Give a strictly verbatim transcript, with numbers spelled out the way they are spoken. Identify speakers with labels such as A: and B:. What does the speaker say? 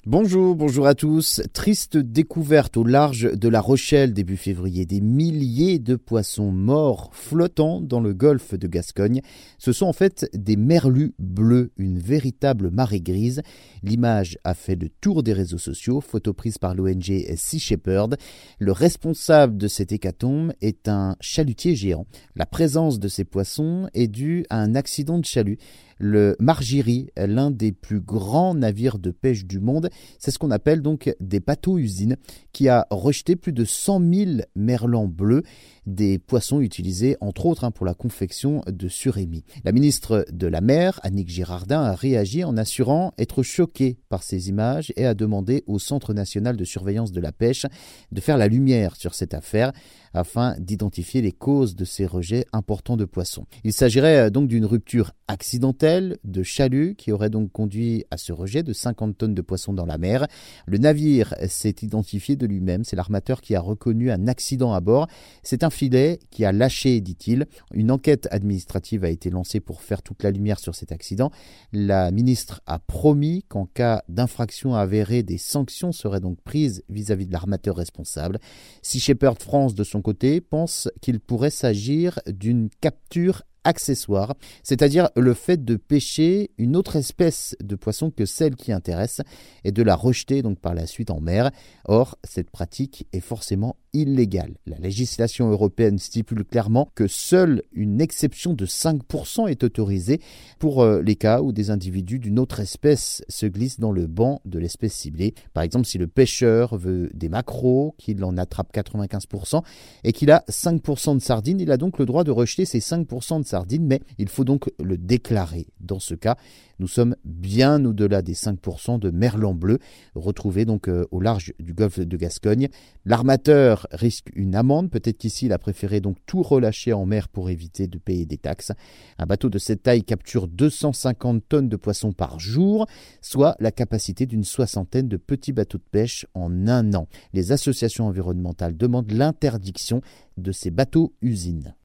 A: Bonjour, bonjour à tous. Triste découverte au large de La Rochelle début février. Des milliers de poissons morts flottant dans le golfe de Gascogne. Ce sont en fait des merlus bleus, une véritable marée grise. L'image a fait le tour des réseaux sociaux, photo prise par l'O N G Sea Shepherd. Le responsable de cette hécatombe est un chalutier géant. La présence de ces poissons est due à un accident de chalut. Le Margirie, l'un des plus grands navires de pêche du monde, c'est ce qu'on appelle donc des bateaux-usines, qui a rejeté plus de cent mille merlans bleus, des poissons utilisés entre autres hein, pour la confection de surémis. La ministre de la Mer, Annick Girardin, a réagi en assurant être choquée par ces images et a demandé au Centre national de surveillance de la pêche de faire la lumière sur cette affaire afin d'identifier les causes de ces rejets importants de poissons. Il s'agirait donc d'une rupture accidentelle de chalut qui aurait donc conduit à ce rejet de cinquante tonnes de poissons dans la mer. Le navire s'est identifié de lui-même, c'est l'armateur qui a reconnu un accident à bord. C'est un filet qui a lâché, dit-il. Une enquête administrative a été lancée pour faire toute la lumière sur cet accident. La ministre a promis qu'en cas d'infraction avérée, des sanctions seraient donc prises vis-à-vis de l'armateur responsable. Sea Shepherd France, de son côté, pense qu'il pourrait s'agir d'une capture accessoire, c'est-à-dire le fait de pêcher une autre espèce de poisson que celle qui intéresse et de la rejeter donc par la suite en mer. Or, cette pratique est forcément illégale. La législation européenne stipule clairement que seule une exception de cinq pour cent est autorisée pour les cas où des individus d'une autre espèce se glissent dans le banc de l'espèce ciblée. Par exemple, si le pêcheur veut des maquereaux, qu'il en attrape quatre-vingt-quinze pour cent et qu'il a cinq pour cent de sardines, il a donc le droit de rejeter ces cinq pour cent de sardines, mais il faut donc le déclarer. Dans ce cas, nous sommes bien au-delà des cinq pour cent de merlans bleus retrouvés donc euh, au large du golfe de Gascogne. L'armateur risque une amende. Peut-être qu'ici, il a préféré donc tout relâcher en mer pour éviter de payer des taxes. Un bateau de cette taille capture deux cent cinquante tonnes de poissons par jour, soit la capacité d'une soixantaine de petits bateaux de pêche en un an. Les associations environnementales demandent l'interdiction de ces bateaux-usines.